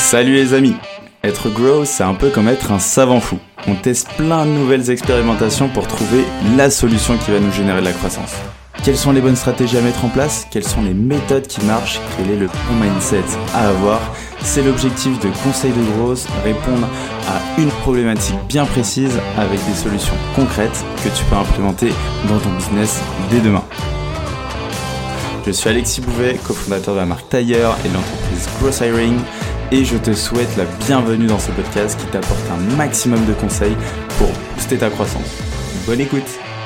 Salut les amis. Être grow, c'est un peu comme être un savant fou. On teste plein de nouvelles expérimentations pour trouver la solution qui va nous générer de la croissance. Quelles sont les bonnes stratégies à mettre en place? Quelles sont les méthodes qui marchent? Quel est le bon mindset à avoir? C'est l'objectif de Conseil de Growth, répondre à une problématique bien précise avec des solutions concrètes que tu peux implémenter dans ton business dès demain. Je suis Alexis Bouvet, cofondateur de la marque Tailleur et de l'entreprise Growth Hiring, et je te souhaite la bienvenue dans ce podcast qui t'apporte un maximum de conseils pour booster ta croissance. Bonne écoute!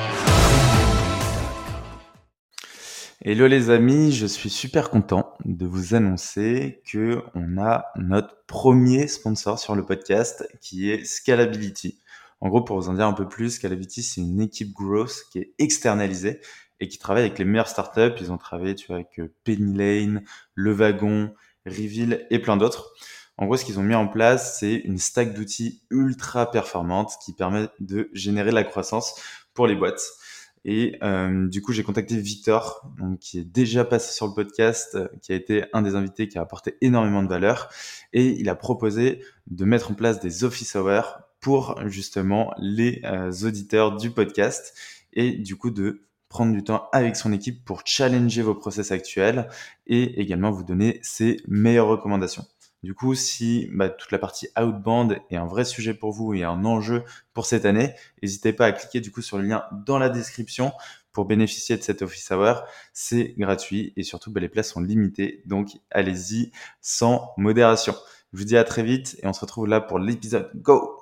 Hello les amis, je suis super content de vous annoncer que on a notre premier sponsor sur le podcast qui est Scalability. En gros, pour vous en dire un peu plus, Scalability, c'est une équipe growth qui est externalisée et qui travaille avec les meilleures startups. Ils ont travaillé avec Penny Lane, Le Wagon, Reveal et plein d'autres. En gros, ce qu'ils ont mis en place, c'est une stack d'outils ultra performante qui permet de générer de la croissance pour les boîtes. Et du coup, j'ai contacté Victor, donc, qui est déjà passé sur le podcast, qui a été un des invités qui a apporté énormément de valeur. Et il a proposé de mettre en place des office hours pour justement les auditeurs du podcast et du coup de prendre du temps avec son équipe pour challenger vos process actuels et également vous donner ses meilleures recommandations. Du coup, si toute la partie outbound est un vrai sujet pour vous et un enjeu pour cette année, n'hésitez pas à cliquer du coup sur le lien dans la description pour bénéficier de cet office hour. C'est gratuit et surtout les places sont limitées, donc allez-y sans modération. Je vous dis à très vite et on se retrouve là pour l'épisode. Go!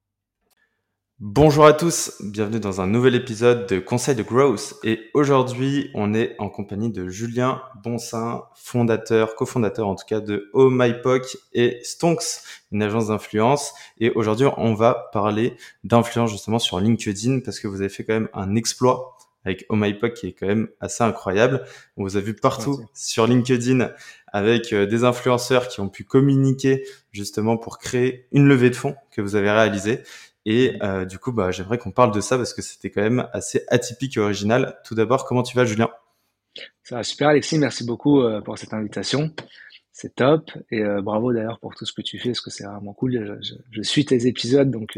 Bonjour à tous, bienvenue dans un nouvel épisode de Conseil de Growth et aujourd'hui on est en compagnie de Julien Bonsin, cofondateur en tout cas de Oh My POC et Stonks, une agence d'influence, et aujourd'hui on va parler d'influence justement sur LinkedIn parce que vous avez fait quand même un exploit avec Oh My POC qui est quand même assez incroyable. On vous a vu partout sur LinkedIn avec des influenceurs qui ont pu communiquer justement pour créer une levée de fonds que vous avez réalisée. Et du coup, j'aimerais qu'on parle de ça parce que c'était quand même assez atypique et original. Tout d'abord, comment tu vas, Julien? Ça va super, Alexis. Merci beaucoup pour cette invitation. C'est top. Et bravo d'ailleurs pour tout ce que tu fais parce que c'est vraiment cool. Je suis tes épisodes, donc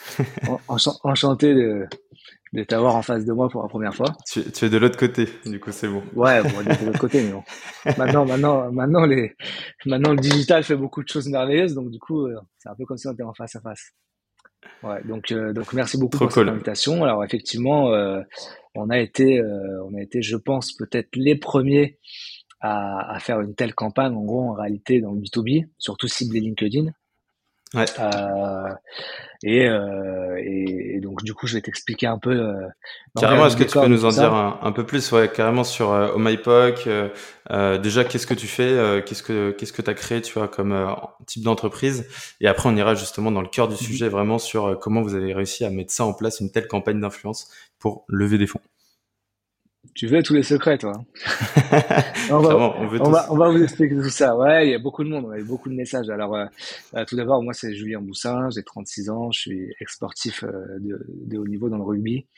enchanté de t'avoir en face de moi pour la première fois. Tu es de l'autre côté, du coup, c'est bon. Ouais, bon, on est de l'autre côté, mais bon. Maintenant, le digital fait beaucoup de choses merveilleuses, donc du coup, c'est un peu comme si on était en face à face. Ouais, donc merci beaucoup Trop pour cette cool. invitation. Alors effectivement, on a été, je pense, peut-être les premiers à faire une telle campagne. En gros, en réalité, dans le B2B, surtout ciblé LinkedIn. Ouais. Et donc du coup, je vais t'expliquer un peu l'envers Carrément, du est-ce que tu peux décor de nous tout en dire ça. un peu plus, carrément sur Oh My POC, déjà, qu'est-ce que tu fais, qu'est-ce que tu as créé, tu vois, comme type d'entreprise, et après on ira justement dans le cœur du Mhm. sujet, vraiment sur comment vous avez réussi à mettre ça en place, une telle campagne d'influence pour lever des fonds. Tu veux tous les secrets, toi? On va, Clairement, on veut tous. on va vous expliquer tout ça. Ouais, il y a beaucoup de monde, on a eu beaucoup de messages. Alors, tout d'abord, moi, c'est Julien Boussin, j'ai 36 ans, je suis ex-sportif de haut niveau dans le rugby.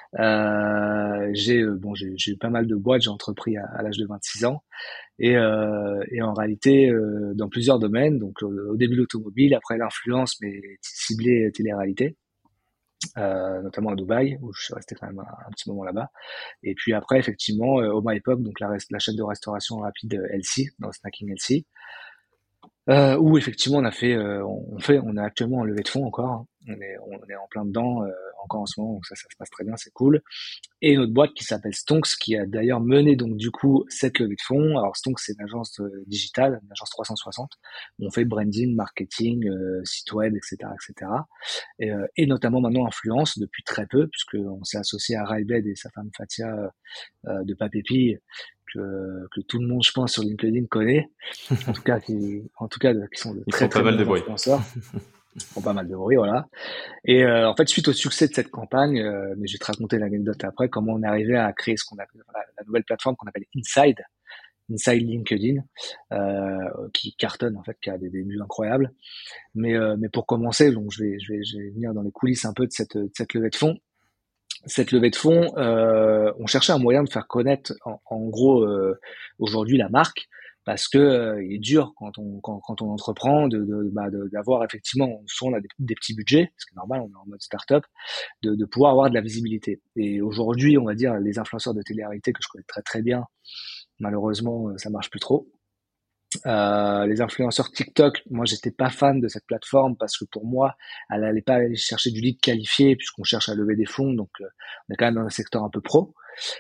J'ai eu pas mal de boîtes, j'ai entrepris à l'âge de 26 ans. Et en réalité, dans plusieurs domaines. Donc, au début, l'automobile, après l'influence, mais ciblée télé-réalité. Notamment à Dubaï, où je suis resté quand même un petit moment là-bas. Et puis après, effectivement, au My Époque, donc la chaîne de restauration rapide LC, dans le snacking LC, où effectivement on est actuellement en levée de fonds encore, hein. On est en plein dedans encore en ce moment, donc ça se passe très bien, c'est cool. Et une autre boîte qui s'appelle Stonks, qui a d'ailleurs mené donc du coup cette levée de fonds. Alors Stonks, c'est une agence digitale, une agence 360, où on fait branding, marketing, site web, etc., etc. Et notamment maintenant influence depuis très peu, puisque on s'est associé à Raibed et sa femme Fatia de Papépi, que tout le monde, je pense, sur LinkedIn connaît. Qui sont de Ils très font pas très mal de bons bruit. influenceurs, font pas mal de bruit, voilà. Et en fait, suite au succès de cette campagne, mais je vais te raconter l'anecdote après, comment on est arrivé à créer ce qu'on appelle la nouvelle plateforme qu'on appelle Inside LinkedIn, qui cartonne en fait, qui a des débuts incroyables. Mais pour commencer, donc je vais venir dans les coulisses un peu de cette levée de fonds. Cette levée de fonds, on cherchait un moyen de faire connaître, en gros, aujourd'hui la marque parce que il est dur quand on entreprend d'avoir effectivement, soit on a des petits budgets, ce qui est normal, on est en mode startup, de pouvoir avoir de la visibilité. Et aujourd'hui, on va dire les influenceurs de télé-réalité que je connais très très bien, malheureusement, ça marche plus trop. Les influenceurs TikTok, moi j'étais pas fan de cette plateforme parce que pour moi, elle allait pas aller chercher du lead qualifié puisqu'on cherche à lever des fonds, donc on est quand même dans un secteur un peu pro.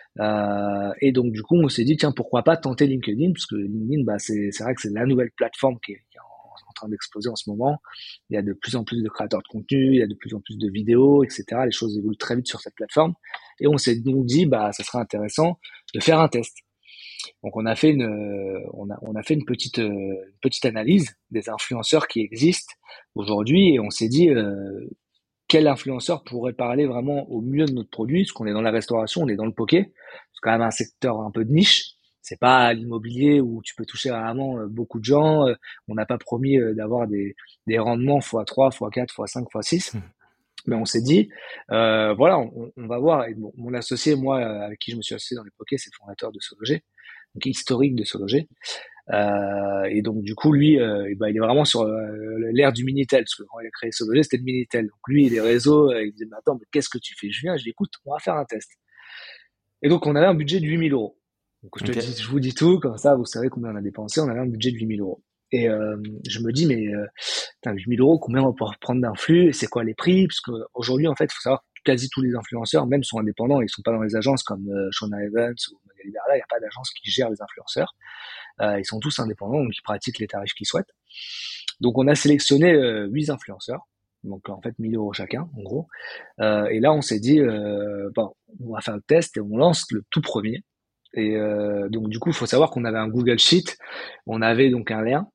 Et donc du coup, on s'est dit tiens pourquoi pas tenter LinkedIn parce que LinkedIn, bah c'est vrai que c'est la nouvelle plateforme qui est en train d'exploser en ce moment. Il y a de plus en plus de créateurs de contenu, il y a de plus en plus de vidéos, etc. Les choses évoluent très vite sur cette plateforme. Et on s'est donc dit bah ça serait intéressant de faire un test. Donc on a fait une petite analyse des influenceurs qui existent aujourd'hui et on s'est dit quel influenceur pourrait parler vraiment au mieux de notre produit, parce qu'on est dans la restauration, on est dans le poké, c'est quand même un secteur un peu de niche. C'est pas l'immobilier où tu peux toucher vraiment beaucoup de gens. On n'a pas promis d'avoir des rendements x3, x4, x5, x6. Mais on s'est dit, voilà, on va voir. Et bon, mon associé, moi, avec qui je me suis associé dans les pokés, c'est le fondateur de Sologer, donc historique de Sologer. Et donc du coup, lui, bah, il est vraiment sur l'ère du Minitel, parce que quand il a créé Sologer, c'était le Minitel. Donc lui, les réseaux, il me disait, mais attends, mais qu'est-ce que tu fais? Je viens, je dis, écoute, on va faire un test. Et donc on avait un budget de 8 000 euros. Donc Ok. je vous dis tout, comme ça, vous savez combien on a dépensé. On avait un budget de 8 000 euros. Et je me dis, mais 8 000 euros, combien on va pouvoir prendre d'influx? C'est quoi les prix? Parce qu'aujourd'hui, en fait, il faut savoir que quasi tous les influenceurs, même sont indépendants, ils sont pas dans les agences comme Shona Evans ou Magali Berla, il n'y a pas d'agence qui gère les influenceurs. Ils sont tous indépendants, donc ils pratiquent les tarifs qu'ils souhaitent. Donc on a sélectionné 8 influenceurs, donc en fait 1 000 euros chacun, en gros. Et là, on s'est dit, bon, on va faire le test et on lance le tout premier. Et donc du coup, il faut savoir qu'on avait un Google Sheet, on avait donc un lien.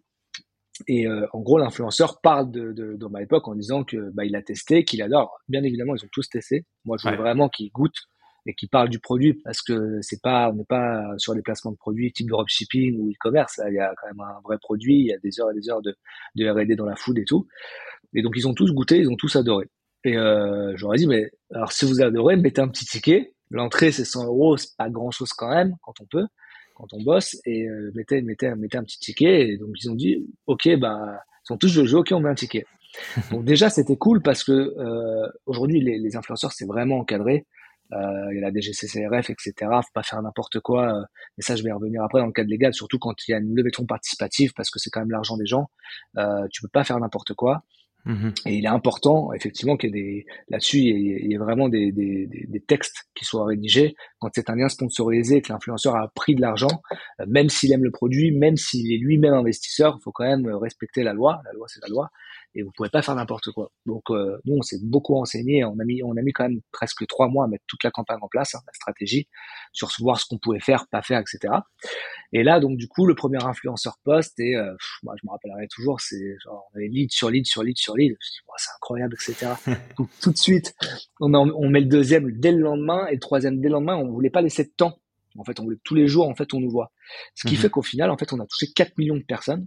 Et en gros, l'influenceur parle de My Époque en disant que bah, il a testé, qu'il adore. Bien évidemment, ils ont tous testé. Moi, je voulais Ouais. vraiment qu'ils goûtent et qu'ils parlent du produit parce que on n'est pas sur les placements de produits type dropshipping ou e-commerce. Là, il y a quand même un vrai produit. Il y a des heures et des heures de R&D dans la food et tout. Et donc, ils ont tous goûté, ils ont tous adoré. Et j'aurais dit, mais alors si vous adorez, mettez un petit ticket. L'entrée, c'est 100 euros, c'est pas grand-chose quand même quand on peut, quand on bosse. Et mettez un petit ticket. Et donc, ils ont dit, ok, bah, ils sont tous jeu, ok, on met un ticket. Donc déjà, c'était cool parce que aujourd'hui, les influenceurs, c'est vraiment encadré. Il y a la DGCCRF, etc. Faut pas faire n'importe quoi. Et ça, je vais y revenir après dans le cadre légal, surtout quand il y a une levée de fonds participative, parce que c'est quand même l'argent des gens. Tu peux pas faire n'importe quoi. Mhm. Et il est important, effectivement, qu'il y ait là-dessus, il y ait vraiment des textes qui soient rédigés. Quand c'est un lien sponsorisé et que l'influenceur a pris de l'argent, même s'il aime le produit, même s'il est lui-même investisseur, il faut quand même respecter la loi. La loi, c'est la loi. Et vous pouvez pas faire n'importe quoi. Donc, nous, on s'est beaucoup renseigné. On a mis quand même presque 3 mois à mettre toute la campagne en place, hein, la stratégie, sur voir ce qu'on pouvait faire, pas faire, etc. Et là, donc, du coup, le premier influenceur post et moi, je me rappellerai toujours, c'est genre, on avait lead sur lead sur lead sur lead. Je me suis dit, oh, c'est incroyable, etc. Donc, tout de suite, on met le deuxième dès le lendemain et le troisième dès le lendemain. On voulait pas laisser de temps. En fait, on voulait que tous les jours, en fait, on nous voit. Ce qui Mhm. fait qu'au final, en fait, on a touché 4 millions de personnes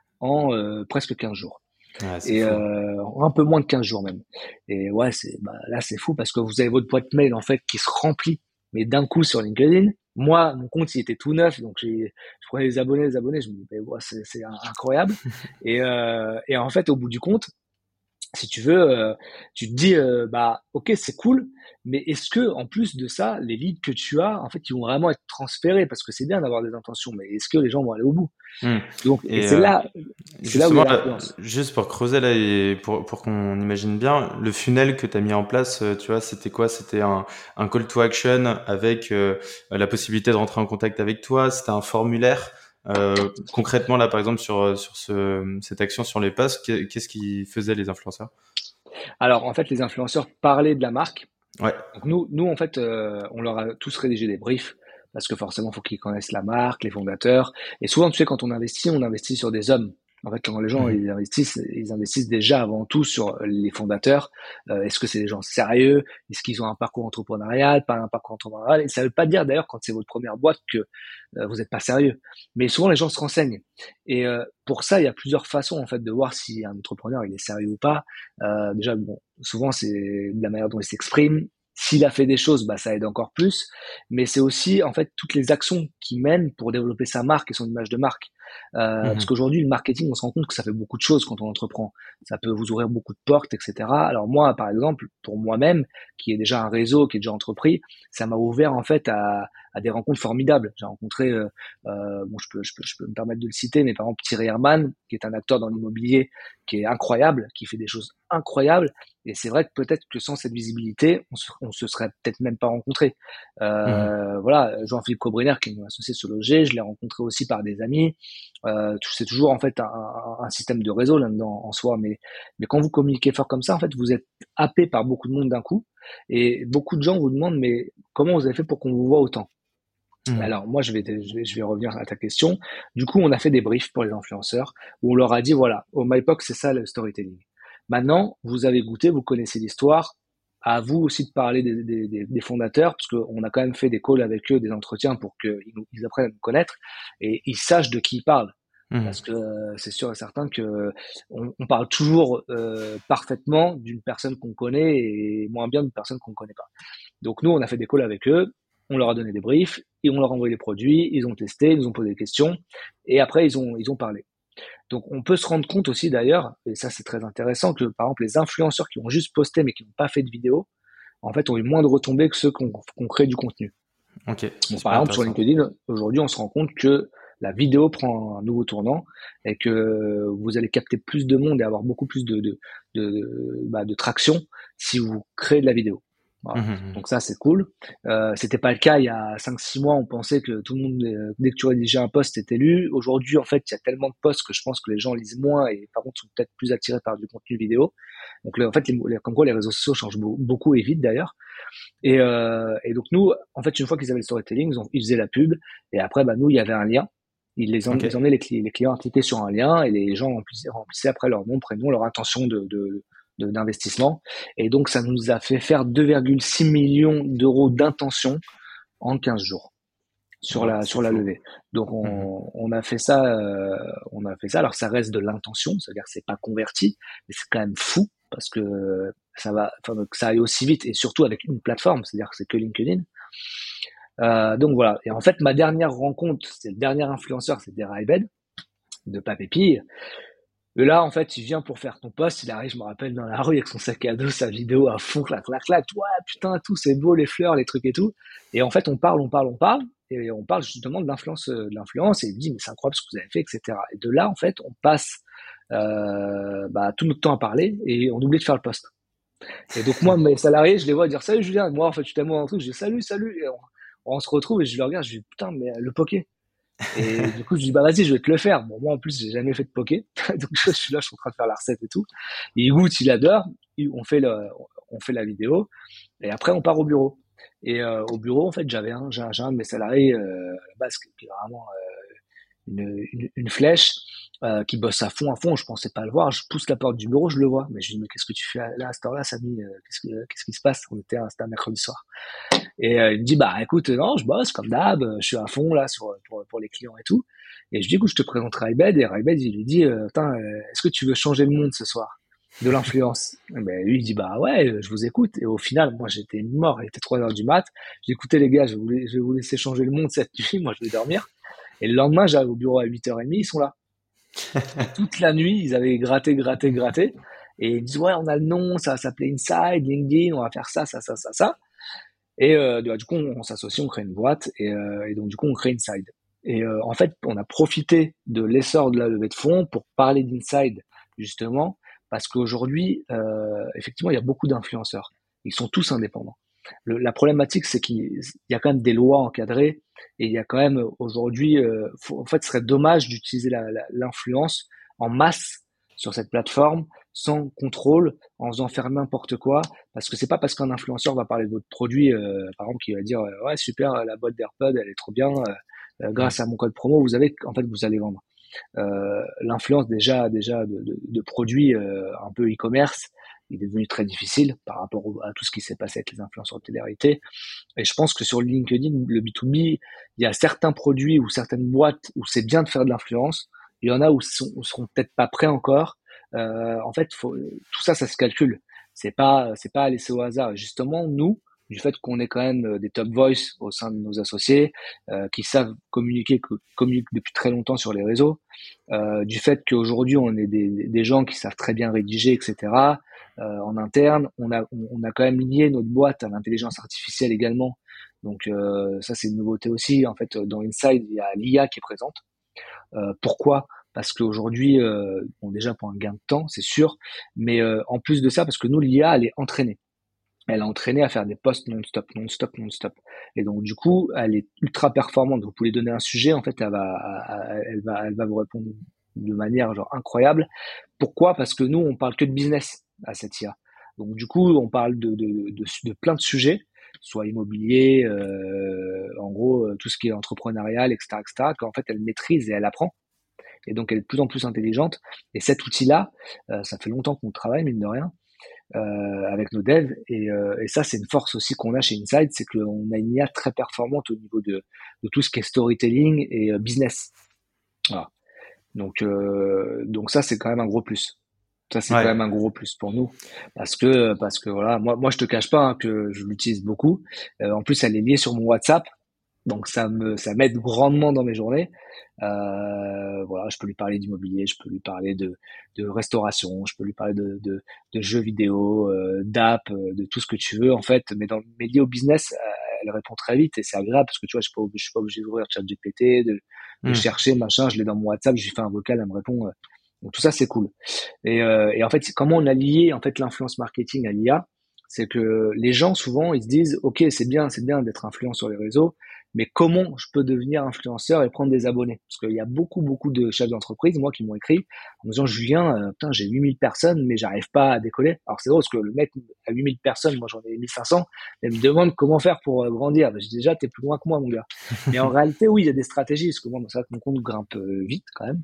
en presque 15 jours. Ouais, c'est Et fou. un peu moins de 15 jours même. Et ouais, là c'est fou parce que vous avez votre boîte mail en fait qui se remplit, mais d'un coup sur LinkedIn. Moi, mon compte il était tout neuf, donc je prenais les abonnés, je me disais ouais, c'est incroyable. Et en fait, au bout du compte, si tu veux, tu te dis bah ok c'est cool, mais est-ce que en plus de ça, les leads que tu as, en fait, ils vont vraiment être transférés parce que c'est bien d'avoir des intentions, mais est-ce que les gens vont aller au bout? Mhm. Donc et Et c'est là où il y justement, a là, l'influence. juste pour creuser là et pour qu'on imagine bien, le funnel que tu as mis en place, tu vois, c'était quoi? C'était un call to action avec la possibilité de rentrer en contact avec toi. C'était un formulaire. Concrètement, là, par exemple, sur cette action sur les posts, qu'est-ce qu'ils faisaient les influenceurs? Alors, en fait, les influenceurs parlaient de la marque. Ouais. Donc, nous en fait, on leur a tous rédigé des briefs parce que forcément, il faut qu'ils connaissent la marque, les fondateurs. Et souvent, tu sais, quand on investit sur des hommes. En fait, quand les gens Mhm. ils investissent déjà avant tout sur les fondateurs. Est-ce que c'est des gens sérieux? Est-ce qu'ils ont un parcours entrepreneurial, pas un parcours entrepreneurial? Et ça veut pas dire d'ailleurs quand c'est votre première boîte que vous n'êtes pas sérieux. Mais souvent, les gens se renseignent. Et pour ça, il y a plusieurs façons en fait de voir si un entrepreneur il est sérieux ou pas. Déjà, bon, souvent c'est de la manière dont il s'exprime, S'il a fait des choses, bah, ça aide encore plus. Mais c'est aussi, en fait, toutes les actions qu'il mène pour développer sa marque et son image de marque. Parce Mhm. qu'aujourd'hui, le marketing, on se rend compte que ça fait beaucoup de choses quand on entreprend. Ça peut vous ouvrir beaucoup de portes, etc. Alors moi, par exemple, pour moi-même, qui est déjà un réseau, qui est déjà entrepris, ça m'a ouvert en fait à des rencontres formidables. J'ai rencontré, bon, je peux me permettre de le citer, mais par exemple Thierry Herman, qui est un acteur dans l'immobilier, qui est incroyable, qui fait des choses incroyables. Et c'est vrai que peut-être que sans cette visibilité, on se serait peut-être même pas rencontrés. Mhm. Voilà, Jean-Philippe Cobrener, qui est mon associé sur Loger, je l'ai rencontré aussi par des amis. C'est toujours en fait un système de réseau là-dedans en soi, mais quand vous communiquez fort comme ça, en fait, vous êtes happé par beaucoup de monde d'un coup, et beaucoup de gens vous demandent mais comment vous avez fait pour qu'on vous voit autant? Mhm. Alors moi, je vais revenir à ta question. Du coup, on a fait des briefs pour les influenceurs où on leur a dit voilà, au MyPoc, c'est ça le storytelling. Maintenant, vous avez goûté, vous connaissez l'histoire. À vous aussi de parler des fondateurs, parce qu'on a quand même fait des calls avec eux, des entretiens pour qu'ils apprennent à nous connaître et ils sachent de qui ils parlent. Mhm. Parce que c'est sûr et certain que on parle toujours parfaitement d'une personne qu'on connaît et moins bien d'une personne qu'on ne connaît pas. Donc nous, on a fait des calls avec eux, on leur a donné des briefs, et on leur a envoyé les produits, ils ont testé, ils nous ont posé des questions, et après ils ont parlé. Donc on peut se rendre compte aussi d'ailleurs, et ça c'est très intéressant, que par exemple les influenceurs qui ont juste posté mais qui n'ont pas fait de vidéo, en fait ont eu moins de retombées que ceux qui ont créé du contenu. Ok, Bon, par super exemple sur intéressant. LinkedIn, aujourd'hui on se rend compte que la vidéo prend un nouveau tournant et que vous allez capter plus de monde et avoir beaucoup plus de traction si vous créez de la vidéo. Voilà. Mhm. Donc ça c'est cool. C'était pas le cas il y a 5-6 mois, on pensait que tout le monde, dès que tu rédigeais un post, c'était lu. Aujourd'hui en fait il y a tellement de posts que je pense que les gens lisent moins et par contre sont peut-être plus attirés par du contenu vidéo. Donc en fait comme quoi les réseaux sociaux changent beaucoup et vite d'ailleurs. Et donc nous, en fait, une fois qu'ils avaient le storytelling, ils faisaient la pub, et après, bah, nous, il y avait un lien. Ok. Ils emmenaient les clients à cliquer sur un lien, et les gens remplissaient après leur nom, prénom, leur intention d'investissement. Et donc, ça nous a fait faire 2,6 millions d'euros d'intention en 15 jours Wow, c'est sur la fou. levée. Donc Mhm. on a fait ça, on a fait ça. Alors ça reste de l'intention, c'est-à-dire que c'est pas converti, mais c'est quand même fou parce que enfin que ça aille aussi vite et surtout avec une plateforme, c'est-à-dire que c'est que LinkedIn. Donc voilà. Et en fait, ma dernière rencontre, c'est le dernier influenceur, c'était Raibed de Papépille. Et là, en fait, il vient pour faire ton poste, il arrive, je me rappelle, dans la rue avec son sac à dos, sa vidéo à fond, clac, clac, clac, ouais, putain, tout, c'est beau, les fleurs, les trucs et tout. Et en fait, on parle, et on parle justement de l'influence, et il me dit, mais c'est incroyable ce que vous avez fait, etc. Et de là, en fait, on passe tout notre temps à parler, et on oublie de faire le poste. Et donc, moi, mes salariés, je les vois dire, salut Julien, et moi, en fait, je suis tellement dans un truc, je dis, salut, salut, et on se retrouve, et je le regarde, je dis, putain, mais le poké. Et du coup, je dis, bah vas-y, je vais te le faire. Bon, moi, en plus, j'ai jamais fait de poké. Donc, je suis là, je suis en train de faire la recette et tout. Et il goûte, il adore. On fait la vidéo. Et après, on part au bureau. Et au bureau, en fait, j'ai un de mes salariés à la base qui est vraiment une flèche qui bosse à fond. Je pensais pas le voir. Je pousse la porte du bureau, je le vois. Mais je lui dis, mais qu'est-ce que tu fais là à cette heure-là, Samy? Qu'est-ce qui se passe? C'était un mercredi soir. Et il me dit, bah écoute, non, je bosse comme d'hab, je suis à fond là pour les clients et tout. Et je dis, écoute, je te présente Raibed, et Raibed, il lui dit, putain, est-ce que tu veux changer le monde ce soir? De l'influence. Et ben, lui, il dit, bah ouais, je vous écoute. Et au final, moi, j'étais mort, il était 3 heures du mat. J'ai écouté les gars, je vais vous laisser changer le monde cette nuit, moi, je vais dormir. Et le lendemain, j'arrive au bureau à 8h30, ils sont là. Et toute la nuit, ils avaient gratté, gratté, gratté. Et ils disent, ouais, on a le nom, ça s'appelait Inside, LinkedIn, on va faire ça, ça, ça, ça, ça. Et du coup, on s'associe, on crée une boîte et donc du coup, on crée Inside. Et en fait, on a profité de l'essor de la levée de fonds pour parler d'Inside justement parce qu'aujourd'hui, effectivement, il y a beaucoup d'influenceurs. Ils sont tous indépendants. La problématique, c'est qu'il y a quand même des lois encadrées et il y a quand même aujourd'hui, en fait, ce serait dommage d'utiliser l'influence en masse sur cette plateforme sans contrôle, en faisant faire n'importe quoi, parce que c'est pas parce qu'un influenceur va parler de votre produit, par exemple, qui va dire ouais super, la boîte d'AirPod elle est trop bien, grâce à mon code promo, vous avez en fait vous allez vendre. L'influence déjà de produits un peu e-commerce, il est devenu très difficile par rapport à tout ce qui s'est passé avec les influenceurs de télé-réalité. Et je pense que sur LinkedIn, le B2B, il y a certains produits ou certaines boîtes où c'est bien de faire de l'influence. Il y en a où seront peut-être pas prêts encore. En fait, tout ça, ça se calcule. C'est pas à laisser au hasard. Justement, nous, du fait qu'on est quand même des top voice au sein de nos associés, qui savent communiquent depuis très longtemps sur les réseaux, du fait qu'aujourd'hui on est des gens qui savent très bien rédiger, etc. En interne, on a quand même lié notre boîte à l'intelligence artificielle également. Donc ça c'est une nouveauté aussi. En fait, dans Inside, il y a l'IA qui est présente. Pourquoi? Parce qu'aujourd'hui, bon déjà pour un gain de temps, c'est sûr, mais en plus de ça, parce que nous l'IA elle est entraînée. Elle est entraînée à faire des posts non-stop, non-stop, non-stop. Et donc du coup, elle est ultra performante. Vous pouvez lui donner un sujet, en fait, elle va vous répondre de manière genre incroyable. Pourquoi? Parce que nous, on parle que de business à cette IA. Donc du coup, on parle de plein de sujets, soit immobilier, en gros, tout ce qui est entrepreneurial, etc., etc., qu'en fait elle maîtrise et elle apprend. Et donc elle est de plus en plus intelligente. Et cet outil-là, ça fait longtemps qu'on travaille, mine de rien, avec nos devs. Et ça, c'est une force aussi qu'on a chez Inside, c'est qu'on a une IA très performante au niveau de tout ce qui est storytelling et business. Voilà. Donc ça, c'est quand même un gros plus. Ça, c'est quand Ouais. même un gros plus pour nous parce que voilà, moi je te cache pas hein, que je l'utilise beaucoup. En plus, elle est liée sur mon WhatsApp, donc ça m'aide grandement dans mes journées. Voilà, je peux lui parler d'immobilier, je peux lui parler de restauration, je peux lui parler de jeux vidéo, d'app, de tout ce que tu veux en fait. Mais lié au business, elle répond très vite et c'est agréable parce que tu vois, je suis pas obligé d'ouvrir ChatGPT, de Hmm. chercher machin. Je l'ai dans mon WhatsApp, je lui fais un vocal, elle me répond. Donc tout ça c'est cool. Et en fait, comment on a lié en fait l'influence marketing à l'IA, c'est que les gens souvent ils se disent, ok, c'est bien d'être influent sur les réseaux, mais comment je peux devenir influenceur et prendre des abonnés? Parce qu'il y a beaucoup de chefs d'entreprise, moi, qui m'ont écrit en me disant, Julien, putain, j'ai 8000 personnes, mais j'arrive pas à décoller. Alors c'est drôle parce que le mec a 8000 personnes, moi j'en ai 1500, et me demande comment faire pour grandir. Ben, je dis déjà, t'es plus loin que moi, mon gars. Mais en réalité, oui, il y a des stratégies, parce que moi, c'est vrai que mon compte grimpe vite quand même.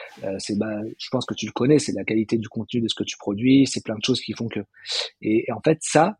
Je pense que tu le connais, c'est la qualité du contenu de ce que tu produis, c'est plein de choses qui font que. Et en fait, ça,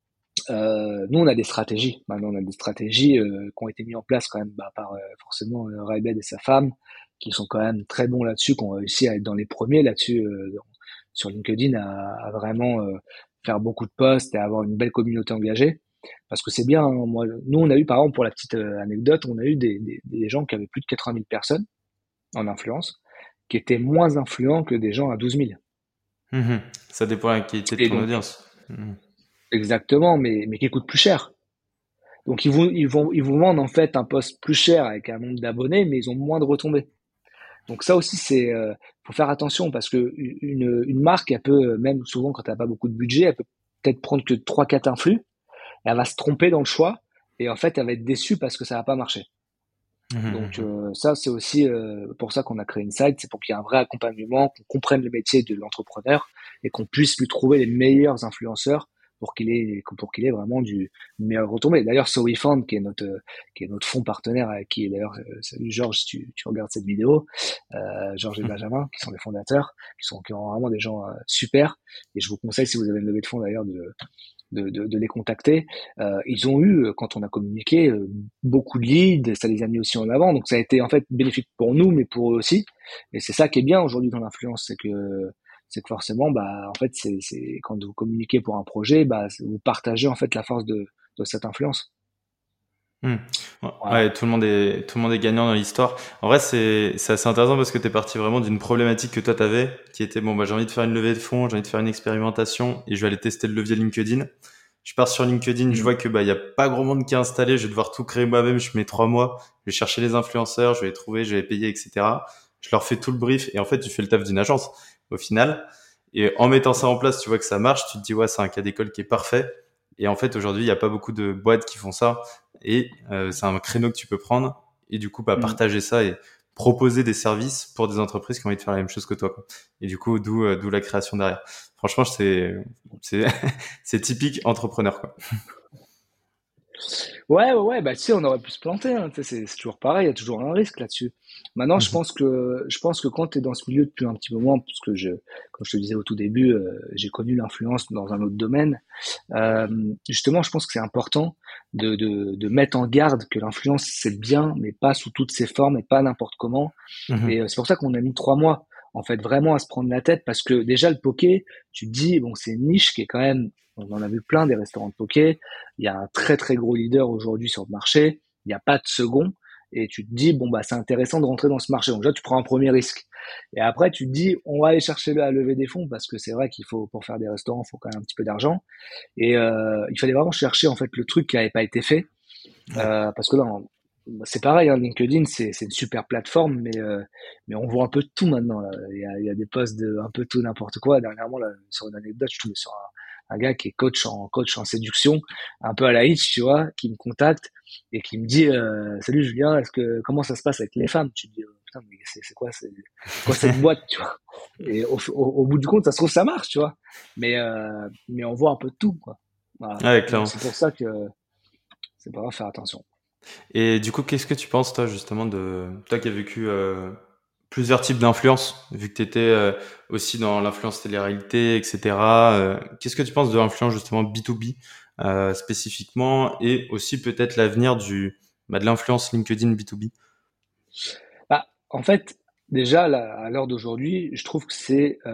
nous, on a des stratégies. Maintenant, on a des stratégies qui ont été mises en place quand même par forcément Raibed et sa femme, qui sont quand même très bons là-dessus, qui ont réussi à être dans les premiers là-dessus sur LinkedIn, à vraiment faire beaucoup de posts et à avoir une belle communauté engagée. Parce que c'est bien. Hein, moi, nous, on a eu, par exemple, pour la petite anecdote, on a eu des gens qui avaient plus de 80 000 personnes en influence, qui étaient moins influents que des gens à 12 000. Mhm. Ça dépend de la qualité de Et ton donc, audience. Mhm. exactement, mais qui coûtent plus cher. Donc ils vous vendent en fait un poste plus cher avec un nombre d'abonnés, mais ils ont moins de retombées. Donc ça aussi faut faire attention parce que une marque, elle peut même souvent quand elle n'a pas beaucoup de budget, elle peut peut-être prendre que trois quatre influx, et elle va se tromper dans le choix et en fait elle va être déçue parce que ça va pas marcher. Donc Mhm. ça c'est aussi pour ça qu'on a créé Insight, c'est pour qu'il y ait un vrai accompagnement, qu'on comprenne le métier de l'entrepreneur et qu'on puisse lui trouver les meilleurs influenceurs pour qu'il ait vraiment une meilleure retombée. D'ailleurs, SoWeFound, qui est notre fonds partenaire, avec qui d'ailleurs, salut Georges, si tu regardes cette vidéo, Georges et Benjamin, qui sont les fondateurs, qui ont vraiment des gens super. Et je vous conseille, si vous avez une levée de fonds d'ailleurs, de les contacter. Ils ont eu, quand on a communiqué, beaucoup de leads, ça les a mis aussi en avant. Donc ça a été en fait bénéfique pour nous, mais pour eux aussi. Et c'est ça qui est bien aujourd'hui dans l'influence, c'est que forcément, bah, en fait, c'est quand vous communiquez pour un projet, bah, vous partagez en fait la force de cette influence. Hmm. Voilà. Ouais, tout le monde est gagnant dans l'histoire. En vrai, c'est assez intéressant parce que t'es parti vraiment d'une problématique que toi t'avais, qui était bon, bah, j'ai envie de faire une levée de fonds, j'ai envie de faire une expérimentation et je vais aller tester le levier LinkedIn. Je pars sur LinkedIn, je Mm. vois que bah y a pas grand monde qui est installé, je vais devoir tout créer moi-même, je mets 3 mois, je vais chercher les influenceurs, je vais les trouver, je vais les payer, etc. Je leur fais tout le brief et en fait tu fais le taf d'une agence au final. Et en mettant ça en place, tu vois que ça marche, tu te dis ouais c'est un cas d'école qui est parfait. Et en fait aujourd'hui il y a pas beaucoup de boîtes qui font ça et c'est un créneau que tu peux prendre et du coup bah Mm. partager ça et proposer des services pour des entreprises qui ont envie de faire la même chose que toi quoi. Et du coup d'où la création derrière. Franchement c'est c'est typique entrepreneur quoi. Ouais, bah tu sais, on aurait pu se planter, hein, tu sais, c'est toujours pareil, il y a toujours un risque là-dessus. Maintenant, je Mhm. pense que je pense que quand tu es dans ce milieu depuis un petit moment, parce que comme je te disais au tout début, j'ai connu l'influence dans un autre domaine. Euh, Justement, je pense que c'est important de mettre en garde que l'influence c'est bien, mais pas sous toutes ses formes et pas n'importe comment. Et Mhm. c'est pour ça qu'on a mis 3 mois, en fait, vraiment à se prendre la tête, parce que déjà le poké, tu te dis bon, c'est une niche qui est quand même On en a vu plein des restaurants de poké. Il y a un très très gros leader aujourd'hui sur le marché. Il n'y a pas de second. Et tu te dis, bon, bah, c'est intéressant de rentrer dans ce marché. Donc, déjà, tu prends un premier risque. Et après, tu te dis, on va aller chercher à lever des fonds parce que c'est vrai qu'il faut, pour faire des restaurants, il faut quand même un petit peu d'argent. Et il fallait vraiment chercher, en fait, le truc qui n'avait pas été fait. Ouais, Parce que là, c'est pareil, hein, LinkedIn, c'est une super plateforme, mais on voit un peu de tout maintenant. Là. Il y a des posts de un peu tout n'importe quoi. Dernièrement, là, sur une anecdote, je suis tombé sur un gars qui est coach en séduction, un peu à la Hitch, tu vois, qui me contacte et qui me dit Salut Julien, comment ça se passe avec les femmes? Tu te dis putain, mais c'est quoi cette boîte, tu vois? Et au bout du compte, ça se trouve ça marche, tu vois. Mais on voit un peu de tout, quoi. Voilà. ouais, Donc clairement. c'est pour ça que c'est pas grave de faire attention. Et du coup, qu'est-ce que tu penses, toi, justement, de toi qui as vécu plusieurs types d'influence, vu que tu étais aussi dans l'influence télé-réalité, etc. Qu'est-ce que tu penses de l'influence, justement, B2B spécifiquement, et aussi peut-être l'avenir de l'influence LinkedIn B2B? Bah, en fait, déjà, là, à l'heure d'aujourd'hui, je trouve que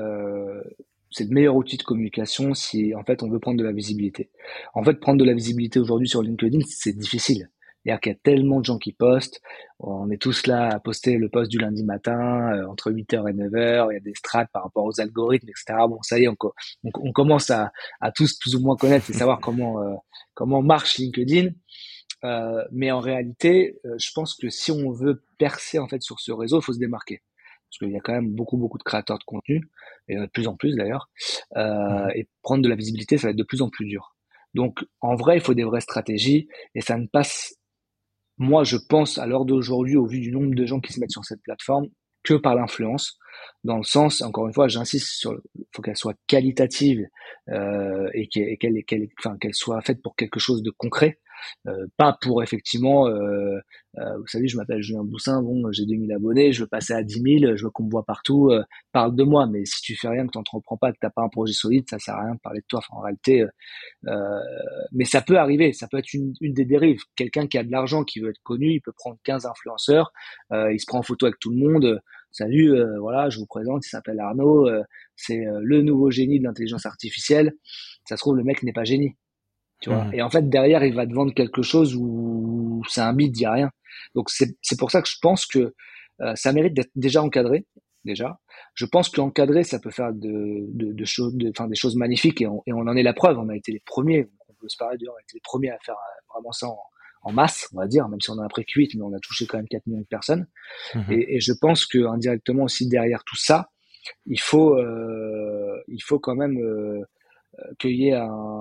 c'est le meilleur outil de communication si, en fait, on veut prendre de la visibilité. En fait, prendre de la visibilité aujourd'hui sur LinkedIn, c'est difficile. C'est-à-dire qu'il y a tellement de gens qui postent. On est tous là à poster le post du lundi matin, entre 8 heures et 9 heures. Il y a des strates par rapport aux algorithmes, etc. Bon, ça y est, on commence à tous plus ou moins connaître et savoir comment marche LinkedIn. Mais en réalité, je pense que si on veut percer en fait sur ce réseau, il faut se démarquer. Parce qu'il y a quand même beaucoup de créateurs de contenu, et il y en a de plus en plus d'ailleurs. Mhm. Et prendre de la visibilité, ça va être de plus en plus dur. Donc en vrai, il faut des vraies stratégies, et ça ne passe, moi je pense à l'heure d'aujourd'hui, au vu du nombre de gens qui se mettent sur cette plateforme, que par l'influence. Dans le sens, encore une fois, j'insiste sur, faut qu'elle soit qualitative et qu'elle soit faite pour quelque chose de concret. Pas pour effectivement, vous savez, je m'appelle Julien Boussin, bon, j'ai 2000 abonnés, je veux passer à 10 000, je veux qu'on me voit partout, parle de moi, mais si tu fais rien, que tu n'entreprends pas, que t'as pas un projet solide, ça sert à rien de parler de toi. Enfin, en réalité, mais ça peut arriver, ça peut être une des dérives. Quelqu'un qui a de l'argent, qui veut être connu, il peut prendre 15 influenceurs, il se prend en photo avec tout le monde. Salut, voilà, je vous présente, il s'appelle Arnaud, c'est le nouveau génie de l'intelligence artificielle. Ça se trouve, le mec n'est pas génie, tu vois. Mhm. Et en fait, derrière, il va te vendre quelque chose où c'est un mythe, il n'y a rien. Donc c'est pour ça que je pense que ça mérite d'être déjà encadré, déjà. Je pense qu'encadré, ça peut faire de choses, enfin, des choses magnifiques, et on en est la preuve. On a été les premiers, on peut se parler d'ailleurs, on a été les premiers à faire vraiment ça en masse, on va dire, même si on en a pris que 8, mais on a touché quand même 4 millions de personnes. Mhm. Et je pense que indirectement aussi derrière tout ça, il faut quand même qu'il y ait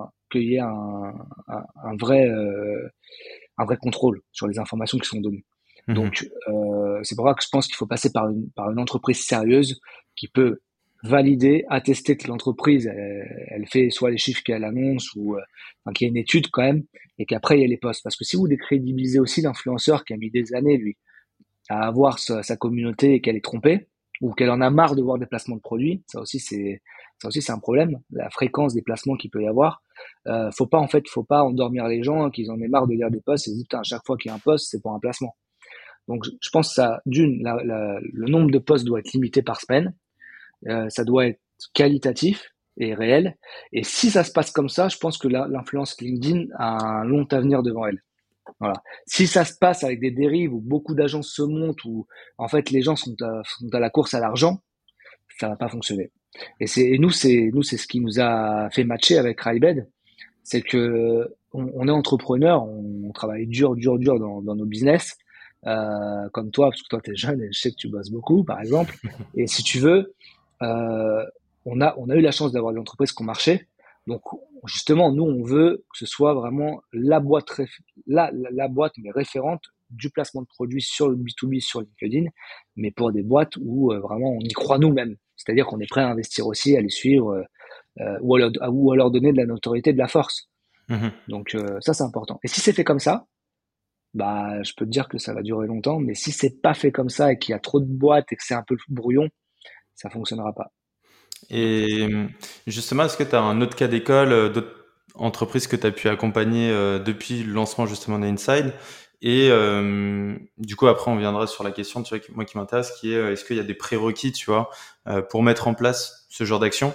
un vrai contrôle sur les informations qui sont données. Mhm. Donc, c'est pour ça que je pense qu'il faut passer par une entreprise sérieuse qui peut valider, attester que l'entreprise, elle fait soit les chiffres qu'elle annonce ou enfin, qu'il y ait une étude quand même, et qu'après il y ait les postes. Parce que si vous décrédibilisez aussi l'influenceur qui a mis des années, lui, à avoir sa communauté et qu'elle est trompée, ou qu'elle en a marre de voir des placements de produits, ça aussi c'est un problème, la fréquence des placements qu'il peut y avoir. Faut pas endormir les gens, hein, qu'ils en aient marre de lire des posts et se dire putain, à chaque fois qu'il y a un post, c'est pour un placement. Donc je pense que ça, d'une, le nombre de posts doit être limité par semaine, ça doit être qualitatif et réel. Et si ça se passe comme ça, je pense que l'influence LinkedIn a un long avenir devant elle. Voilà. Si ça se passe avec des dérives où beaucoup d'agences se montent, où en fait les gens sont à la course à l'argent, ça va pas fonctionner. Et nous c'est ce qui nous a fait matcher avec Raibed, c'est que on est entrepreneur, on travaille dur dans nos business, comme toi, parce que toi t'es jeune et je sais que tu bosses beaucoup, par exemple. Et si tu veux, euh, on a eu la chance d'avoir des entreprises qui ont marché. Donc, justement, nous, on veut que ce soit vraiment la boîte, mais référente du placement de produits sur le B2B, sur LinkedIn, mais pour des boîtes où vraiment on y croit nous-mêmes. C'est-à-dire qu'on est prêt à investir aussi, à les suivre, ou à leur donner de la notoriété, de la force. Mhm. Donc, ça, c'est important. Et si c'est fait comme ça, bah, je peux te dire que ça va durer longtemps, mais si c'est pas fait comme ça et qu'il y a trop de boîtes et que c'est un peu brouillon, ça fonctionnera pas. Et justement, est-ce que tu as un autre cas d'école, d'autres entreprises que tu as pu accompagner depuis le lancement justement d'Inside? Et du coup, après, on viendra sur la question, tu vois, moi qui m'intéresse, qui est est-ce qu'il y a des prérequis, tu vois, pour mettre en place ce genre d'action?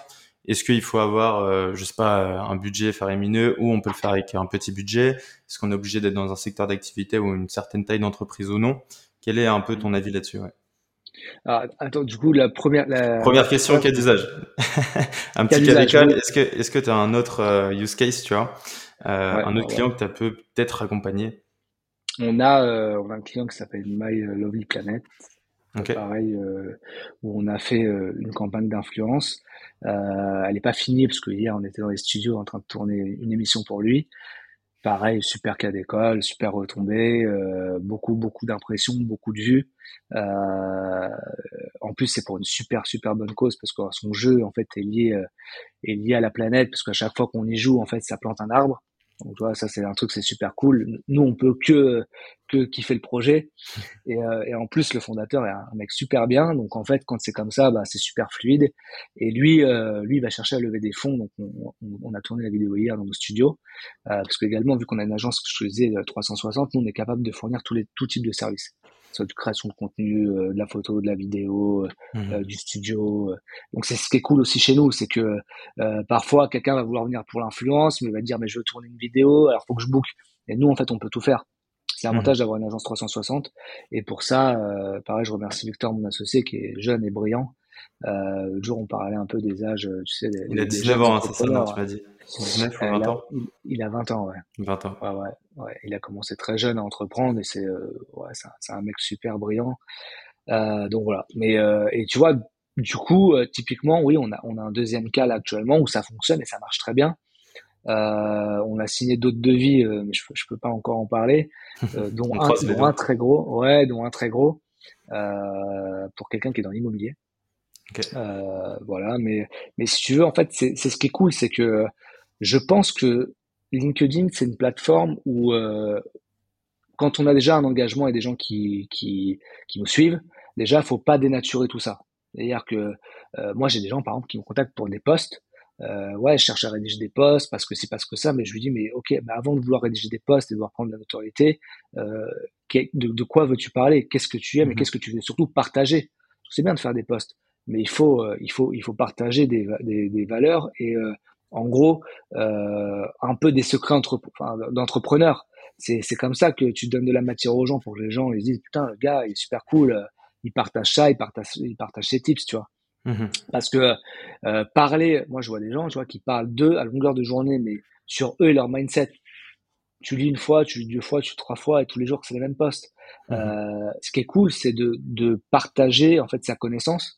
Est-ce qu'il faut avoir, je sais pas, un budget faramineux ou on peut le faire avec un petit budget? Est-ce qu'on est obligé d'être dans un secteur d'activité ou une certaine taille d'entreprise ou non? Quel est un peu ton avis là-dessus? Ouais. Alors, attends, du coup, la première, Première question, première, cas d'usage. Un cas petit cas d'usage, d'école. oui. Est-ce que tu as un autre use case, tu vois, Ouais, un ouais, autre ouais. client que tu peux peut-être accompagner? On a un client qui s'appelle My Lovely Planet. Ok. Pareil, où on a fait une campagne d'influence. Elle n'est pas finie parce que hier on était dans les studios en train de tourner une émission pour lui. Pareil, super cas d'école, super retombé, beaucoup d'impressions, beaucoup de vues. Euh, En plus, c'est pour une super bonne cause parce que son jeu en fait est lié à la planète parce qu'à chaque fois qu'on y joue, en fait, ça plante un arbre. Donc, tu vois, ça c'est un truc, c'est super cool. Nous, on peut que kiffer le projet. Et en plus, le fondateur est un mec super bien. Donc en fait, quand c'est comme ça, bah, c'est super fluide. Et lui, il va chercher à lever des fonds. Donc on a tourné la vidéo hier dans nos studios. Parce que également, vu qu'on a une agence que je te disais 360, nous on est capable de fournir tout type de services. Soit de création de contenu, de la photo, de la vidéo, Mhm. du studio. Donc c'est ce qui est cool aussi chez nous, c'est que parfois quelqu'un va vouloir venir pour l'influence, mais il va dire mais je veux tourner une vidéo, alors faut que je book. Et nous en fait on peut tout faire. C'est Mhm. l'avantage d'avoir une agence 360. Et pour ça, pareil, je remercie Victor, mon associé, qui est jeune et brillant. L'autre jour, on parlait un peu des âges, tu sais, Il a des 19 jeunes ans, hein, c'est ça, non, entrepreneurs. tu m'as dit. 19 ou Là, 20 ans? il a 20 ans, ouais. 20 ans. Ouais, ouais, ouais. Il a commencé très jeune à entreprendre et ouais, c'est un mec super brillant. Donc voilà. Et tu vois, du coup, typiquement, oui, on a un deuxième cas là actuellement où ça fonctionne et ça marche très bien. On a signé d'autres devis, mais je peux pas encore en parler, dont On un, croise les dont un doigts. très gros, ouais, dont un très gros, pour quelqu'un qui est dans l'immobilier. Ok. Voilà, mais si tu veux, en fait, c'est ce qui est cool, c'est que je pense que LinkedIn, c'est une plateforme où quand on a déjà un engagement et des gens qui nous suivent, déjà, faut pas dénaturer tout ça. C'est-à-dire que moi, j'ai des gens, par exemple, qui me contactent pour des posts. Ouais, je cherche à rédiger des posts parce que c'est parce que ça, mais je lui dis, mais ok, mais avant de vouloir rédiger des posts et de vouloir prendre de la notoriété, euh, de quoi veux-tu parler? Qu'est-ce que tu aimes et Mhm. qu'est-ce que tu veux surtout partager? C'est bien de faire des posts, mais il faut partager des valeurs et en gros, un peu des secrets d'entrepreneurs. C'est comme ça que tu donnes de la matière aux gens pour que les gens ils se disent putain le gars il est super cool, il partage ça, il partage ses tips, tu vois. Mhm. Parce que parler, moi je vois des gens, tu vois, qui parlent d'eux à longueur de journée, mais sur eux et leur mindset. Tu lis une fois, tu lis deux fois, tu lis trois fois et tous les jours c'est les mêmes posts. Mhm. Ce qui est cool, c'est de partager en fait sa connaissance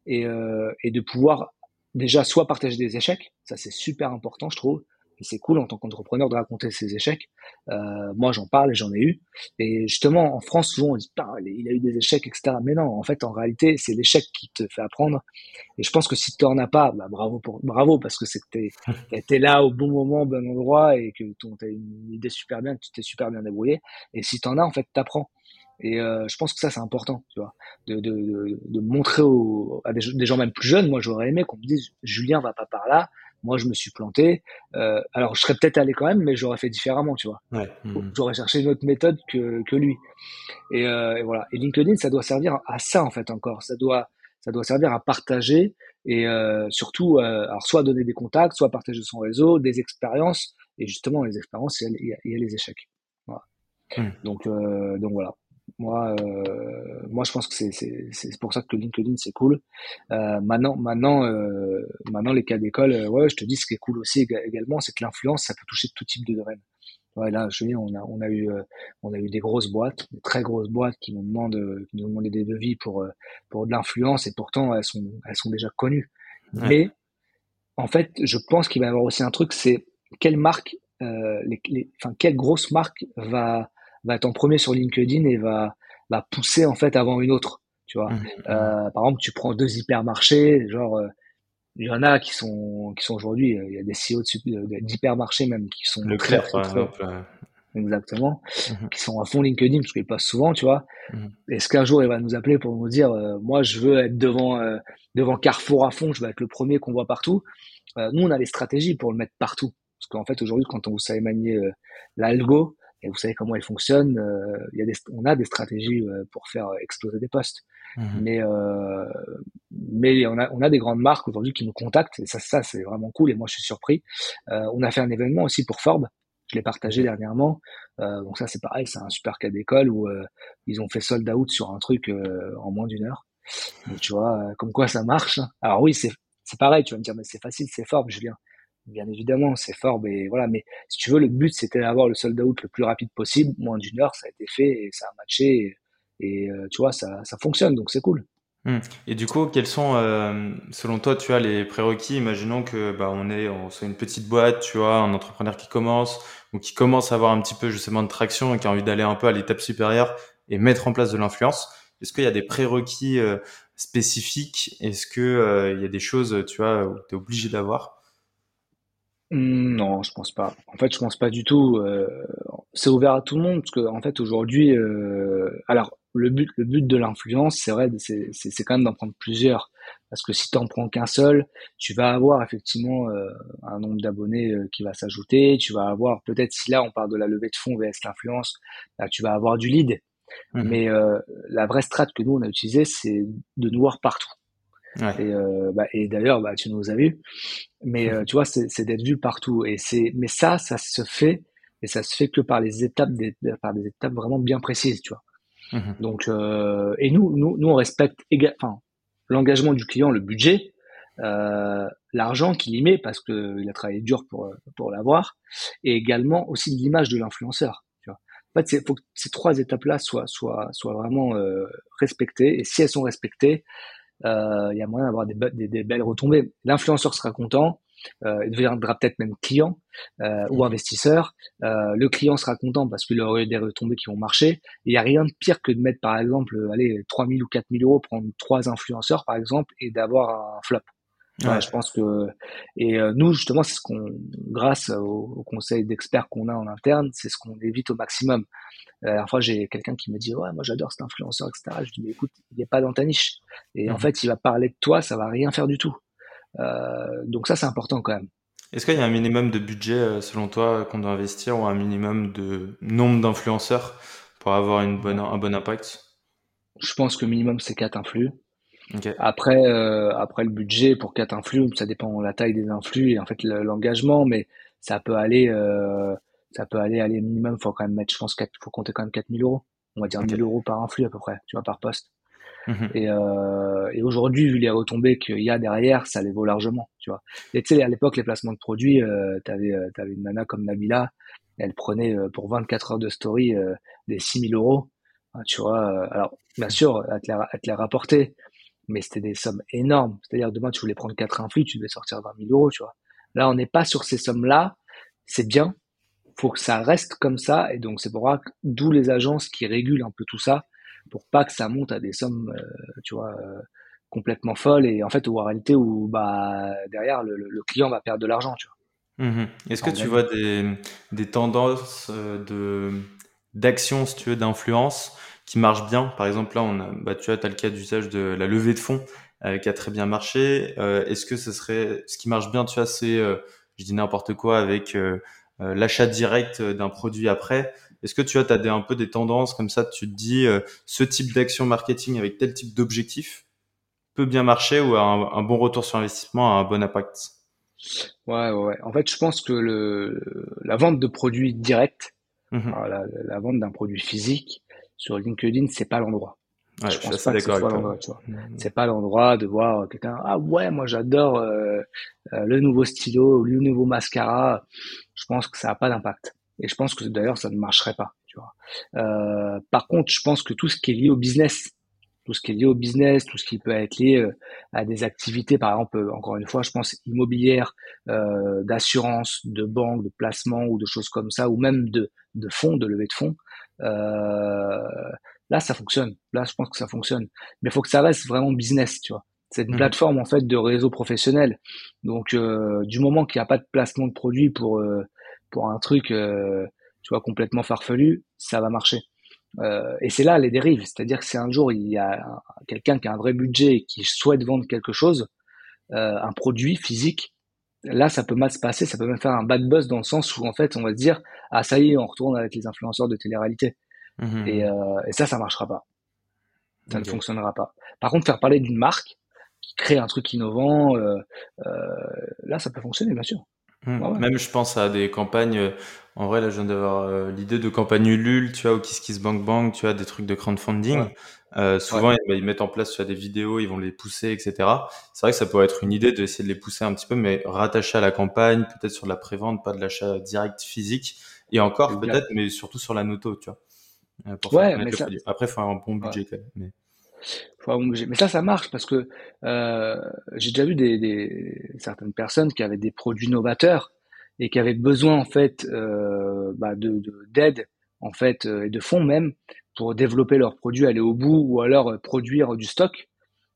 et de pouvoir déjà soit partager des échecs, ça c'est super important je trouve, et c'est cool en tant qu'entrepreneur de raconter ses échecs. Moi j'en parle et j'en ai eu. Et justement en France souvent on dit putain il a eu des échecs etc. Mais non en fait en réalité c'est l'échec qui te fait apprendre. Et je pense que si tu en as pas, bah bravo parce que c'est que t'as été là au bon moment, au bon endroit et que t'as une idée super bien, que tu t'es super bien débrouillé. Et si t'en as, en fait, t'apprends. Et je pense que ça, c'est important, tu vois, de montrer à des gens même plus jeunes. Moi, j'aurais aimé qu'on me dise, Julien, va pas par là. Moi, je me suis planté. Alors, je serais peut-être allé quand même, mais j'aurais fait différemment, tu vois. Ouais. Mhm. J'aurais cherché une autre méthode que lui. Et voilà. Et LinkedIn, ça doit servir à ça en fait encore. Ça doit servir à partager et surtout, alors soit donner des contacts, soit partager son réseau, des expériences. Et justement, les expériences, il y a les échecs. Voilà. Mhm. Donc voilà. Moi, je pense que c'est pour ça que LinkedIn c'est cool. Maintenant, les cas d'école, ouais, je te dis, ce qui est cool aussi également, c'est que l'influence, ça peut toucher tout type de domaine. Ouais, là, je te dis, on a eu des grosses boîtes, des très grosses boîtes qui nous demandaient des devis pour de l'influence et pourtant elles sont déjà connues. Ouais. Mais en fait, je pense qu'il va y avoir aussi un truc, c'est quelle marque, enfin quelle grosse marque va être en premier sur LinkedIn et va pousser en fait avant une autre. Tu vois, Mhm. Mhm. par exemple, tu prends deux hypermarchés, genre il y en a qui sont aujourd'hui, il y a des CEO d'hypermarchés même qui sont très Leclerc, très par très exemple. exactement, Mhm. qui sont à fond LinkedIn parce qu'ils passent souvent, tu vois. Mhm. Est-ce qu'un jour il va nous appeler pour nous dire, moi je veux être devant Carrefour à fond, je veux être le premier qu'on voit partout. Nous on a les stratégies pour le mettre partout, parce qu'en fait aujourd'hui quand on vous savez manier l'algo, et vous savez comment ils fonctionnent. On a des stratégies pour faire exploser des postes. Mhm. Mais euh, mais on a des grandes marques aujourd'hui qui nous contactent et ça c'est vraiment cool et moi je suis surpris. On a fait un événement aussi pour Forbes, je l'ai partagé Ok. dernièrement. Donc ça c'est pareil, c'est un super cas d'école où ils ont fait sold out sur un truc en moins d'une heure. Donc tu vois, comme quoi ça marche, hein. Alors oui c'est pareil, tu vas me dire mais c'est facile, c'est Forbes, Julien. Bien évidemment, c'est Forbes et voilà. Mais si tu veux, le but c'était d'avoir le sold out le plus rapide possible, moins d'une heure, ça a été fait et ça a matché et tu vois ça fonctionne donc c'est cool. Hmm. Et du coup, quels sont, selon toi, tu as les prérequis? Imaginons que bah, on soit une petite boîte, tu vois, un entrepreneur qui commence ou qui commence à avoir un petit peu justement de traction et qui a envie d'aller un peu à l'étape supérieure et mettre en place de l'influence. Est-ce qu'il y a des prérequis spécifiques? Est-ce que il y a des choses, tu vois, où tu es obligé d'avoir? Non, je pense pas. En fait, je pense pas du tout. C'est ouvert à tout le monde parce que en fait aujourd'hui, alors le but de l'influence, c'est vrai, c'est quand même d'en prendre plusieurs. Parce que si t'en prends qu'un seul, tu vas avoir effectivement un nombre d'abonnés qui va s'ajouter. Tu vas avoir peut-être si là on parle de la levée de fonds vs l'influence, là tu vas avoir du lead. Mhm. Mais la vraie strat que nous on a utilisée, c'est de nous voir partout. Ouais. Et d'ailleurs, tu nous as vus. Mais tu vois, c'est d'être vu partout. Mais ça se fait, et ça se fait que par par des étapes vraiment bien précises, tu vois. Mhm. Donc, et nous, on respecte enfin, l'engagement du client, le budget, l'argent qu'il y met parce que il a travaillé dur pour l'avoir, et également aussi l'image de l'influenceur. Tu vois. En fait, faut que ces trois étapes-là soient vraiment respectées. Et si elles sont respectées, il y a moyen d'avoir des belles retombées. L'influenceur sera content, il deviendra peut-être même client ou Ok. investisseur. Le client sera content parce qu'il aura eu des retombées qui vont marcher. Il n'y a rien de pire que de mettre par exemple, allez, 3 000 ou 4 000 euros, prendre trois influenceurs par exemple et d'avoir un flop. Voilà, Ouais. je pense que nous justement c'est ce qu'on grâce au conseil d'experts qu'on a en interne, c'est ce qu'on évite au maximum. La dernière fois, j'ai quelqu'un qui me dit, ouais, moi j'adore cet influenceur, etc. Je dis, mais écoute, il n'est pas dans ta niche. Et en Mhm. fait, il va parler de toi, ça va rien faire du tout. Donc ça, c'est important quand même. Est-ce qu'il y a un minimum de budget, selon toi, qu'on doit investir ou un minimum de nombre d'influenceurs pour avoir Ouais. un bon impact? Je pense que minimum, c'est 4 influx. Ok. Après le budget pour 4 influx, ça dépend de la taille des influx et en fait l'engagement, mais ça peut aller, aller minimum, faut quand même mettre, je pense, faut compter quand même 4 000 euros. On va dire Ok. 1 000 euros par influx à peu près, tu vois, par poste. Mhm. Et aujourd'hui, vu les retombées qu'il y a derrière, ça les vaut largement, tu vois. Et tu sais, à l'époque, les placements de produits, t'avais une nana comme Nabila, elle prenait pour 24 heures de story des 6 000 euros, hein, tu vois. Alors, bien sûr, elle te les rapportait, mais c'était des sommes énormes. C'est-à-dire, demain, tu voulais prendre 4 influx, tu devais sortir 20 000 euros, tu vois. Là, on n'est pas sur ces sommes-là, c'est bien, faut que ça reste comme ça, et donc c'est pour ça d'où les agences qui régulent un peu tout ça, pour pas que ça monte à des sommes, tu vois, complètement folles, et en fait, ou en réalité, où bah derrière le client va perdre de l'argent, tu vois, Mhm. Est-ce pas que en tu vois gagner. des tendances d'action, si tu veux, d'influence qui marchent bien? Par exemple, là, bah, tu vois, t'as le cas d'usage de la levée de fonds qui a très bien marché. Est-ce que ce qui marche bien, tu vois, c'est, je dis n'importe quoi, avec l'achat direct d'un produit après. Est-ce que tu vois, un peu des tendances comme ça, tu te dis, ce type d'action marketing avec tel type d'objectif peut bien marcher ou a un bon retour sur investissement, a un bon impact? Ouais. En fait, je pense que la vente de produits directs, Mhm. alors la vente d'un produit physique sur LinkedIn, c'est pas l'endroit. Ouais, Je je suis pense assez pas que ce d'accord avec soit toi. l'endroit, tu vois. C'est pas l'endroit de voir quelqu'un, ah ouais, moi j'adore le nouveau stylo, le nouveau mascara. Je pense que ça n'a pas d'impact. Et je pense que d'ailleurs ça ne marcherait pas, tu vois. Par contre, je pense que tout ce qui est lié au business, tout ce qui est lié au business, tout ce qui peut être lié à des activités, par exemple, encore une fois, je pense immobilière, d'assurance, de banque, de placement ou de choses comme ça, ou même de fonds, de levée de fonds. Euh, Là, ça fonctionne. Là, je pense que ça fonctionne. Mais il faut que ça reste vraiment business, tu vois. C'est une Mhm. plateforme en fait de réseau professionnel. Donc, du moment qu'il n'y a pas de placement de produit pour un truc, tu vois, complètement farfelu, ça va marcher. Et c'est là les dérives. C'est-à-dire que si un jour il y a quelqu'un qui a un vrai budget et qui souhaite vendre quelque chose, un produit physique, là, ça peut mal se passer, ça peut même faire un bad buzz dans le sens où en fait, on va se dire, ah ça y est, on retourne avec les influenceurs de télé-réalité. Mhm. Et ça marchera pas, ça ne Ok. fonctionnera pas. Par contre, faire parler d'une marque qui crée un truc innovant, là, ça peut fonctionner, bien sûr. Ouais, ouais, Même je pense à des campagnes. En vrai, là, je viens d'avoir l'idée de campagne Ulule, tu vois, ou KissKissBankBank, tu vois, des trucs de ouais, crowdfunding. ouais, Souvent, ils mettent en place, tu vois, des vidéos, ils vont les pousser, etc. C'est vrai que ça pourrait être une idée d'essayer de les pousser un petit peu, mais rattaché à la campagne, peut-être sur de la prévente, pas de l'achat direct physique. Et encore, peut-être, exact. mais surtout sur la noto, tu vois, pour faire Ouais, mais connaître le ça, produit. Après, il faut avoir un bon ouais, budget quand même. faut avoir bouger. Mais ça marche parce que j'ai déjà vu certaines personnes qui avaient des produits novateurs et qui avaient besoin en fait d'aide en fait et de fonds même pour développer leurs produits, aller au bout ou alors produire du stock.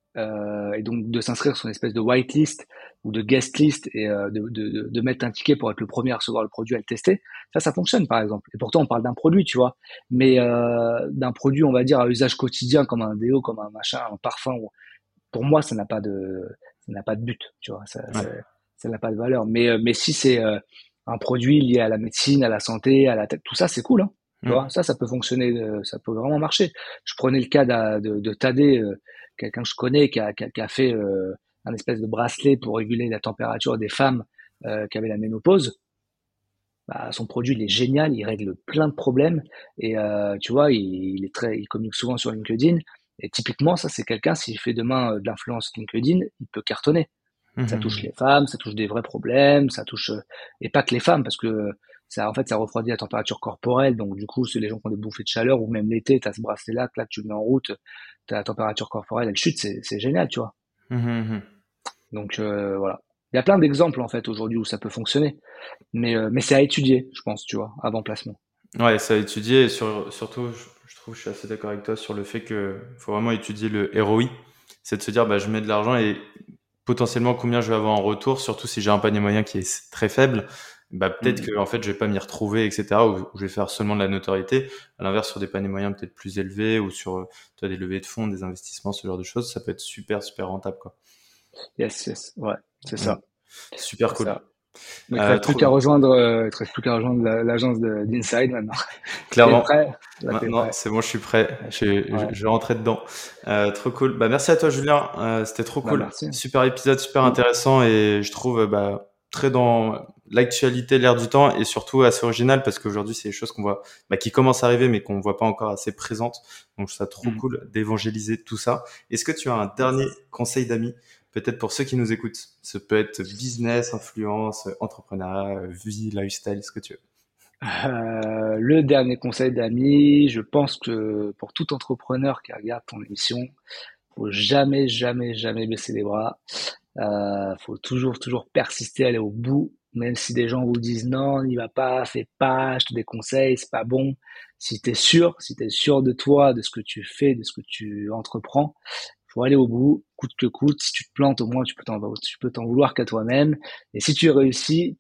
Et donc de s'inscrire sur une espèce de whitelist ou de guest list et de mettre un ticket pour être le premier à recevoir le produit, à le tester, ça fonctionne par exemple. Et pourtant on parle d'un produit, tu vois, mais d'un produit on va dire à usage quotidien comme un déo, comme un machin, un parfum. Pour moi ça n'a pas de but, tu vois, Ouais. ça n'a pas de valeur. Mais si c'est un produit lié à la médecine, à la santé, à la tête, tout ça c'est cool, hein. Tu vois, Mm. ça peut fonctionner, ça peut vraiment marcher. Je prenais le cas de Tadé, quelqu'un que je connais qui a fait un espèce de bracelet pour réguler la température des femmes qui avaient la ménopause. Bah, son produit il est génial, il règle plein de problèmes et tu vois, il communique souvent sur LinkedIn. Et typiquement, ça c'est quelqu'un s'il fait demain de l'influence LinkedIn, il peut cartonner. Ça touche Mhm. les femmes, ça touche des vrais problèmes, ça touche et pas que les femmes parce que ça en fait ça refroidit la température corporelle. Donc du coup, c'est les gens qui ont des bouffées de chaleur ou même l'été, t'as ce bracelet là, que là tu le mets en route, t'as la température corporelle, elle chute, c'est génial, tu vois. Mhm. Mhm. Donc voilà. Il y a plein d'exemples en fait aujourd'hui où ça peut fonctionner, mais c'est à étudier, je pense, tu vois, avant placement. Ouais, ça a étudié et surtout, je trouve, je suis assez d'accord avec toi sur le fait que faut vraiment étudier le ROI. C'est de se dire, bah, je mets de l'argent et potentiellement combien je vais avoir en retour, surtout si j'ai un panier moyen qui est très faible. Bah, peut-être Mhm. que, en fait, je vais pas m'y retrouver, etc., ou je vais faire seulement de la notoriété. À l'inverse, sur des paniers moyens peut-être plus élevés ou sur, tu vois, des levées de fonds, des investissements, ce genre de choses, ça peut être super, super rentable, quoi. Yes, yes, ouais, c'est Mm. ça, Super c'est cool. ça. Donc, il te reste plus qu'à rejoindre l'agence d'Inside maintenant. T'es Clairement. prêt? Là, t'es Maintenant, prêt. c'est bon, je suis prêt. Ouais. Je vais rentrer dedans. Trop cool. Bah, merci à toi, Julien. C'était trop Bah, cool. merci. Super épisode, super Cool. intéressant et je trouve bah, très dans l'actualité, l'air du temps et surtout assez original parce qu'aujourd'hui, c'est des choses qu'on voit, bah, qui commencent à arriver mais qu'on voit pas encore assez présentes. Donc, je trouve ça trop Mhm. cool d'évangéliser tout ça. Est-ce que tu as un dernier Yes. conseil d'amis, peut-être pour ceux qui nous écoutent? Ça peut être business, influence, entrepreneuriat, vie, lifestyle, ce que tu veux. Le dernier conseil d'amis, je pense que pour tout entrepreneur qui regarde ton émission, faut jamais, jamais, jamais baisser les bras. Faut toujours persister, aller au bout, même si des gens vous disent non, n'y va pas, fais pas, je te déconseille, c'est pas bon. Si t'es sûr de toi, de ce que tu fais, de ce que tu entreprends, faut aller au bout, coûte que coûte. Si tu te plantes, au moins tu peux t'en vouloir qu'à toi-même. Et si tu réussis,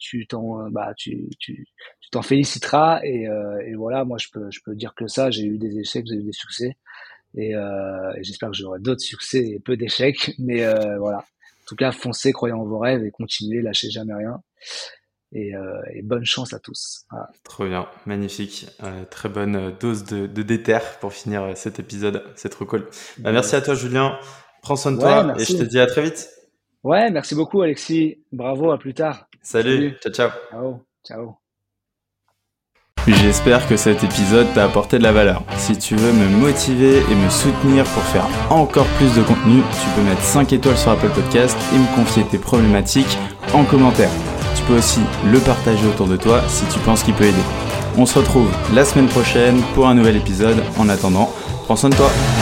tu t'en féliciteras. Et voilà, moi je peux dire que ça. J'ai eu des échecs, j'ai eu des succès. Et j'espère que j'aurai d'autres succès et peu d'échecs. Mais voilà. En tout cas, foncez, croyez en vos rêves et continuez, lâchez jamais rien. Et bonne chance à tous. Voilà. Trop bien, magnifique. Très bonne dose de déter pour finir cet épisode. C'est trop cool. Bah, merci à toi, Yes. Julien. Prends soin de Ouais, toi et je merci. te dis à très vite. Ouais, merci beaucoup, Alexis. Bravo, à plus tard. Salut, Salut. ciao, ciao. Ciao. Ciao. J'espère que cet épisode t'a apporté de la valeur. Si tu veux me motiver et me soutenir pour faire encore plus de contenu, tu peux mettre 5 étoiles sur Apple Podcast et me confier tes problématiques en commentaire. Tu peux aussi le partager autour de toi si tu penses qu'il peut aider. On se retrouve la semaine prochaine pour un nouvel épisode. En attendant, prends soin de toi.